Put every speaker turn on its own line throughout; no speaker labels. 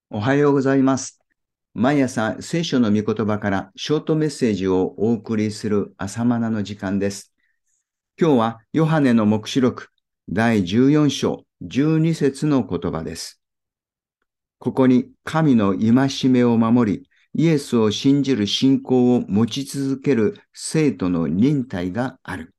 おはようございます。毎朝聖書の御言葉からショートメッセージをお送りする朝マナの時間です。今日はヨハネの黙示録第14章12節の言葉です。ここに神の戒めを守り、イエスを信じる信仰を持ち続ける生徒の忍耐がある。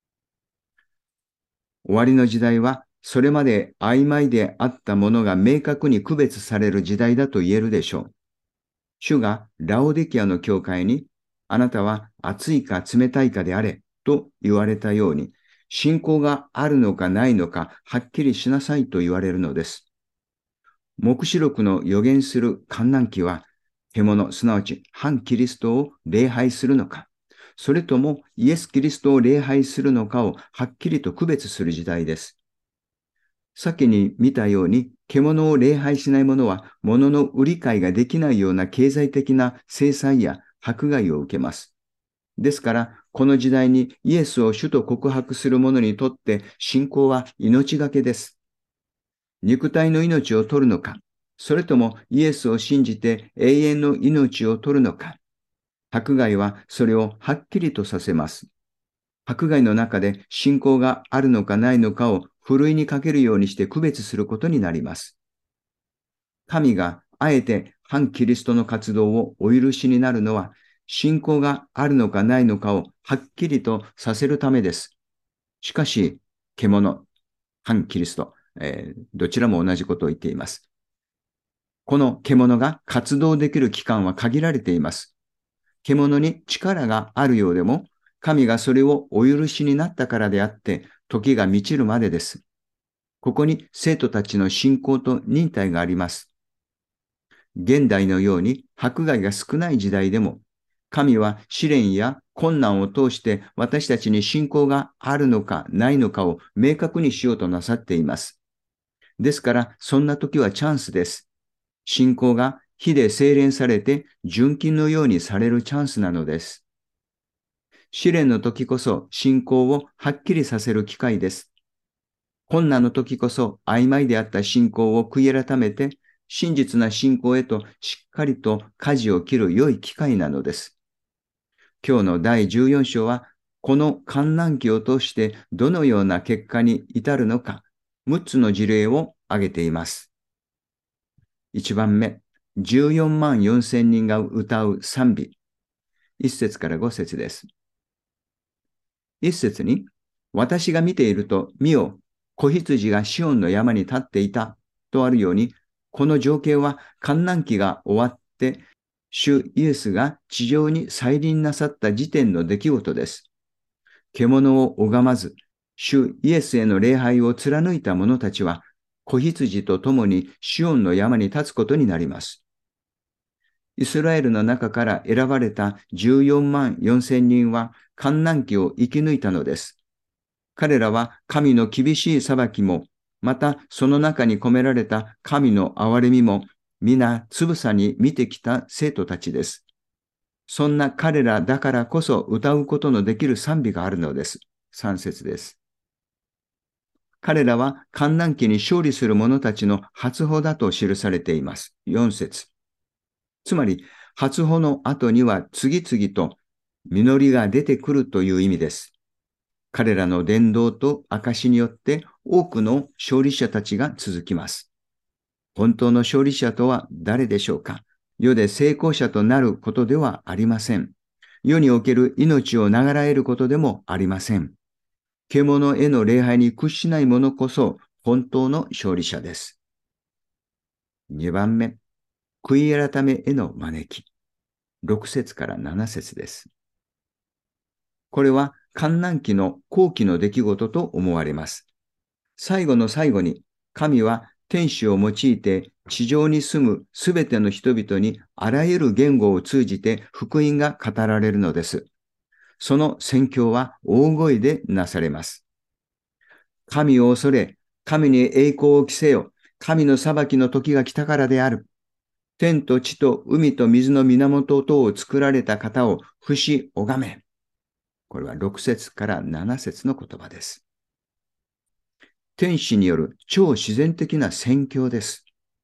終わりの時代はそれまで曖昧であったものが明確に区別される時代だと言えるでしょう。主がラオデキアの教会に、あなたは熱いか冷たいかであれと言われたように、信仰があるのかないのかはっきりしなさいと言われるのです。黙示録の予言する観覧期は、獣、すなわち反キリストを礼拝するのか、それともイエス・キリストを礼拝するのかをはっきりと区別する時代です。先に見たように、獣を礼拝しない者は、物の売り買いができないような経済的な制裁や迫害を受けます。ですから、この時代にイエスを主と告白する者にとって信仰は命がけです。肉体の命を取るのか、それともイエスを信じて永遠の命を取るのか。迫害はそれをはっきりとさせます。迫害の中で信仰があるのかないのかをふるいにかけるようにして区別することになります。神があえて反キリストの活動をお許しになるのは、信仰があるのかないのかをはっきりとさせるためです。しかし、獣、反キリスト、どちらも同じことを言っています。この獣が活動できる期間は限られています。獣に力があるようでも、神がそれをお許しになったからであって、時が満ちるまでです。ここに生徒たちの信仰と忍耐があります。現代のように迫害が少ない時代でも、神は試練や困難を通して私たちに信仰があるのかないのかを明確にしようとなさっています。ですから、そんな時はチャンスです。信仰が火で精錬されて純金のようにされるチャンスなのです。試練の時こそ信仰をはっきりさせる機会です。困難の時こそ曖昧であった信仰を悔い改めて、真実な信仰へとしっかりと舵を切る良い機会なのです。今日の第14章は、この観覧期を通してどのような結果に至るのか、6つの事例を挙げています。1番目、14万4千人が歌う賛美。1節から5節です。1節に、私が見ていると、見よ、子羊がシオンの山に立っていたとあるように、この情景は観覧期が終わって、主イエスが地上に再臨なさった時点の出来事です。獣を拝まず、主イエスへの礼拝を貫いた者たちは、子羊と共にシオンの山に立つことになります。イスラエルの中から選ばれた14万4千人は観覧期を生き抜いたのです。彼らは神の厳しい裁きも、またその中に込められた神の憐れみも、皆つぶさに見てきた生徒たちです。そんな彼らだからこそ歌うことのできる賛美があるのです。3節です。彼らは観覧期に勝利する者たちの初歩だと記されています。4節。つまり、初歩の後には次々と実りが出てくるという意味です。彼らの伝道と証によって多くの勝利者たちが続きます。本当の勝利者とは誰でしょうか？世で成功者となることではありません。世における命を長らえることでもありません。獣への礼拝に屈しない者こそ本当の勝利者です。2番目、悔い改めへの招き。6節から7節です。これは観覧期の後期の出来事と思われます。最後の最後に、神は天使を用いて地上に住むすべての人々にあらゆる言語を通じて福音が語られるのです。その宣教は大声でなされます。神を恐れ、神に栄光を着せよ。神の裁きの時が来たからである。天と地と海と水の源等を作られた方を不死拝め。これは6節から7節の言葉です。天使による超自然的な宣教です。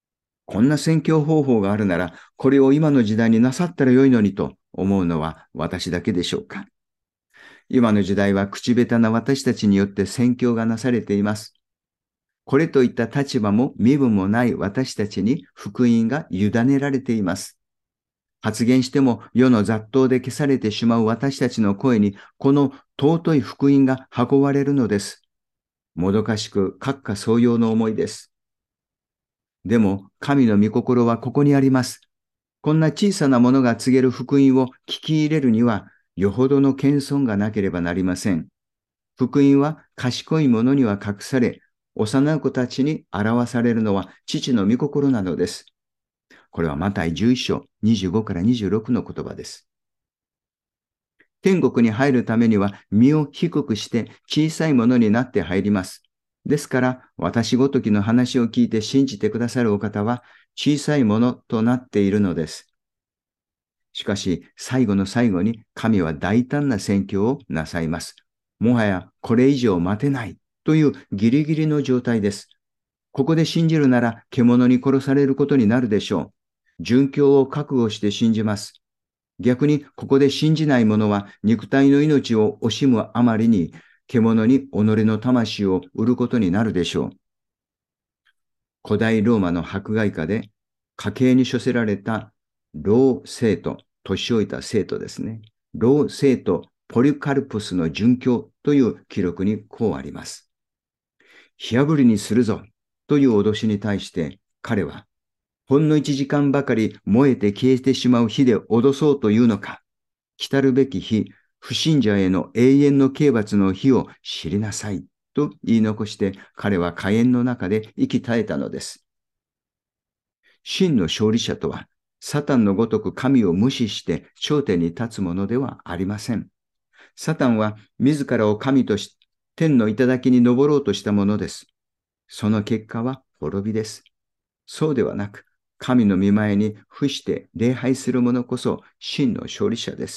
こんな宣教方法があるなら、これを今の時代になさったらよいのにと思うのは私だけでしょうか。今の時代は口下手な私たちによって宣教がなされています。これといった立場も身分もない私たちに福音が委ねられています。発言しても世の雑踏で消されてしまう私たちの声に、この尊い福音が運ばれるのです。もどかしく閣下相応の思いです。でも、神の御心はここにあります。こんな小さなものが告げる福音を聞き入れるには、よほどの謙遜がなければなりません。福音は賢い者には隠され、幼い子たちに表されるのは父の御心なのです。これはマタイ11章25から26の言葉です。天国に入るためには身を低くして小さいものになって入ります。ですから、私ごときの話を聞いて信じてくださるお方は小さいものとなっているのです。しかし、最後の最後に神は大胆な宣教をなさいます。もはやこれ以上待てないというギリギリの状態です。ここで信じるなら獣に殺されることになるでしょう。殉教を覚悟して信じます。逆にここで信じない者は肉体の命を惜しむあまりに獣に己の魂を売ることになるでしょう。古代ローマの迫害下で家計に処せられた老生徒、年老いた生徒ですね。老生徒ポリカルプスの殉教という記録にこうあります。火炙りにするぞという脅しに対して彼はほんの1時間ばかり燃えて消えてしまう火で脅そうというのか。来るべき日、不信者への永遠の刑罰の日を知りなさいと言い残して彼は火炎の中で生き絶えたのです。真の勝利者とは、サタンのごとく神を無視して頂点に立つものではありません。サタンは自らを神とし天の頂に登ろうとしたものです。その結果は滅びです。そうではなく、神の御前に伏して礼拝する者こそ真の勝利者です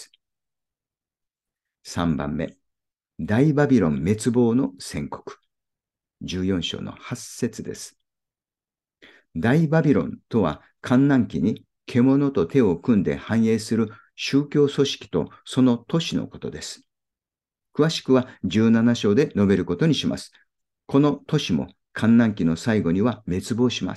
。3番目、大バビロン滅亡の宣告。14章の8節です。大バビロンとは、観覧期に獣と手を組んで繁栄する宗教組織とその都市のことです。詳しくは17章で述べることにします。この都市も観覧期の最後には滅亡します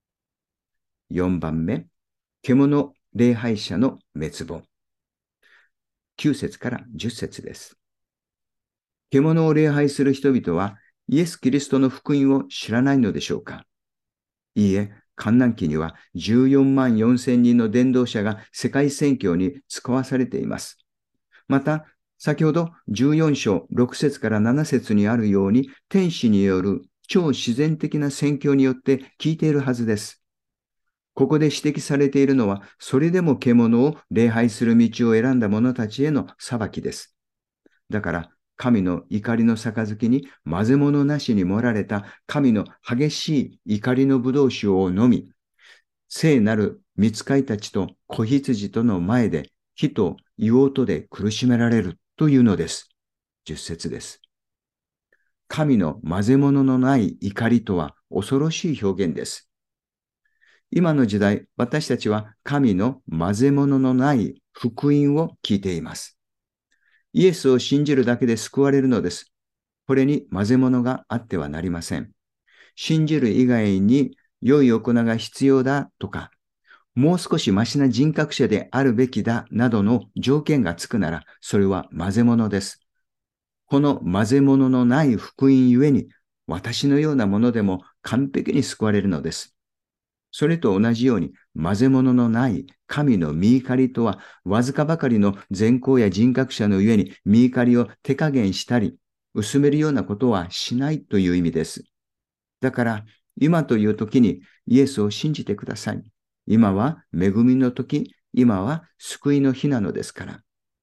。4番目、獣礼拝者の滅亡。9節から10節です。獣を礼拝する人々はイエス・キリストの福音を知らないのでしょうか。いいえ、観覧期には14万4千人の伝道者が世界宣教に使わされています。また、先ほど14章6節から7節にあるように、天使による超自然的な宣教によって聞いているはずです。ここで指摘されているのは、それでも獣を礼拝する道を選んだ者たちへの裁きです。だから、神の怒りの杯に混ぜ物なしに盛られた神の激しい怒りの葡萄酒を飲み、聖なる御使いたちと子羊との前で火と硫黄で苦しめられるというのです。10節です。神の混ぜ物のない怒りとは恐ろしい表現です。今の時代、私たちは神の混ぜ物のない福音を聞いています。イエスを信じるだけで救われるのです。これに混ぜ物があってはなりません。信じる以外に良い行いが必要だとか、もう少しマシな人格者であるべきだなどの条件がつくなら、それは混ぜ物です。この混ぜ物のない福音ゆえに、私のようなものでも完璧に救われるのです。それと同じように、混ぜ物のない神の御怒りとは、わずかばかりの善行や人格者のゆえに、御怒りを手加減したり、薄めるようなことはしないという意味です。だから、今という時にイエスを信じてください。今は恵みの時、今は救いの日なのですから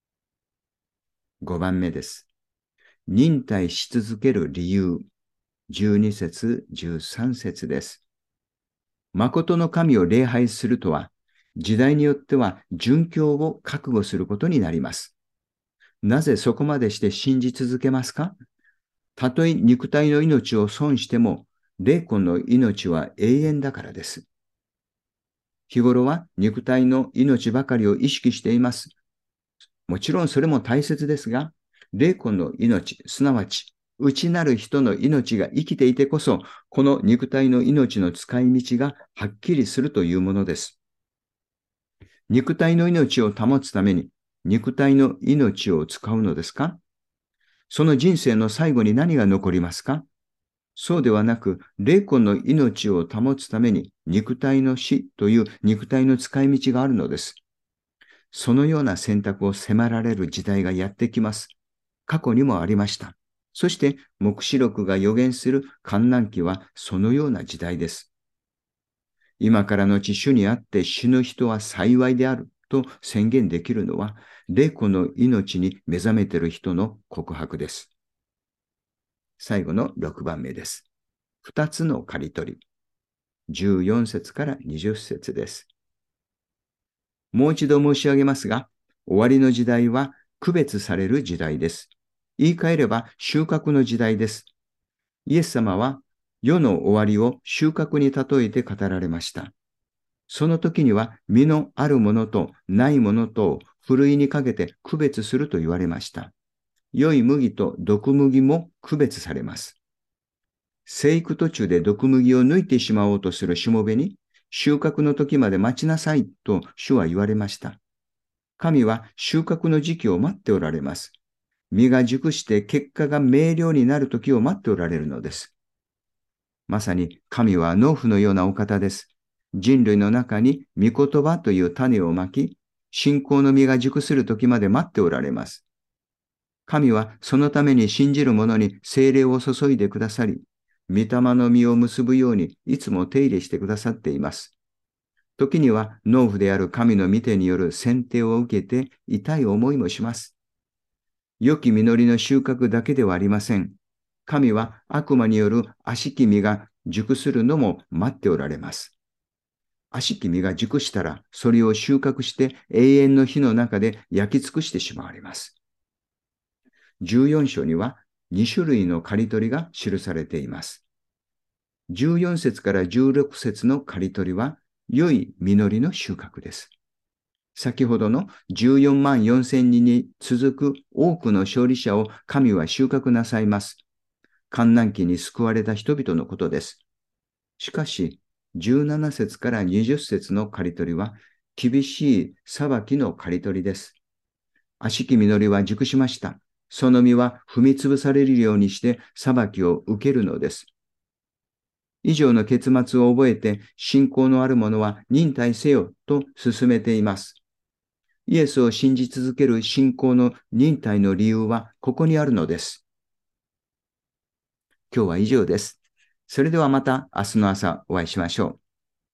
。5番目です。忍耐し続ける理由。12節、13節です。誠の神を礼拝するとは、時代によっては殉教を覚悟することになります。なぜそこまでして信じ続けますか？たとえ肉体の命を損しても、霊魂の命は永遠だからです。 日頃は肉体の命ばかりを意識しています。もちろんそれも大切ですが、霊魂の命、すなわち内なる人の命が生きていてこそ、この肉体の命の使い道がはっきりするというものです。肉体の命を保つために、肉体の命を使うのですか？その人生の最後に何が残りますか？そうではなく、霊魂の命を保つために、肉体の死という肉体の使い道があるのです。そのような選択を迫られる時代がやってきます。過去にもありました。そして、黙示録が予言する観難期はそのような時代です。今からの後主にあって死ぬ人は幸いであると宣言できるのは、霊魂の命に目覚めている人の告白です。最後の6番目です。2つの刈り取り。14節から20節です。もう一度申し上げますが、終わりの時代は区別される時代です。言い換えれば収穫の時代です。イエス様は世の終わりを収穫に例えて語られました。その時には実のあるものとないものとをふるいにかけて区別すると言われました。良い麦と毒麦も区別されます。生育途中で毒麦を抜いてしまおうとするしもべに、収穫の時まで待ちなさいと主は言われました。神は収穫の時期を待っておられます。実が熟して結果が明瞭になる時を待っておられるのです。まさに神は農夫のようなお方です。人類の中に御言葉という種をまき、信仰の実が熟する時まで待っておられます。神はそのために信じる者に聖霊を注いでくださり、御霊の実を結ぶようにいつも手入れしてくださっています。時には農夫である神の御手による選定を受けて痛い思いもします。良き実りの収穫だけではありません。神は悪魔による悪しき実が熟するのも待っておられます。悪しき実が熟したら、それを収穫して永遠の火の中で焼き尽くしてしまわれます。14章には2種類の刈り取りが記されています。14節から16節の刈り取りは、良い実りの収穫です。先ほどの14万4千人に続く多くの勝利者を神は収穫なさいます。観難期に救われた人々のことです。しかし、17節から20節の刈り取りは、厳しい裁きの刈り取りです。悪しき実りは熟しました。その実は踏みつぶされるようにして裁きを受けるのです。以上の結末を覚えて、信仰のある者は忍耐せよと進めています。イエスを信じ続ける信仰の忍耐の理由はここにあるのです。今日は以上です。それではまた明日の朝お会いしましょう。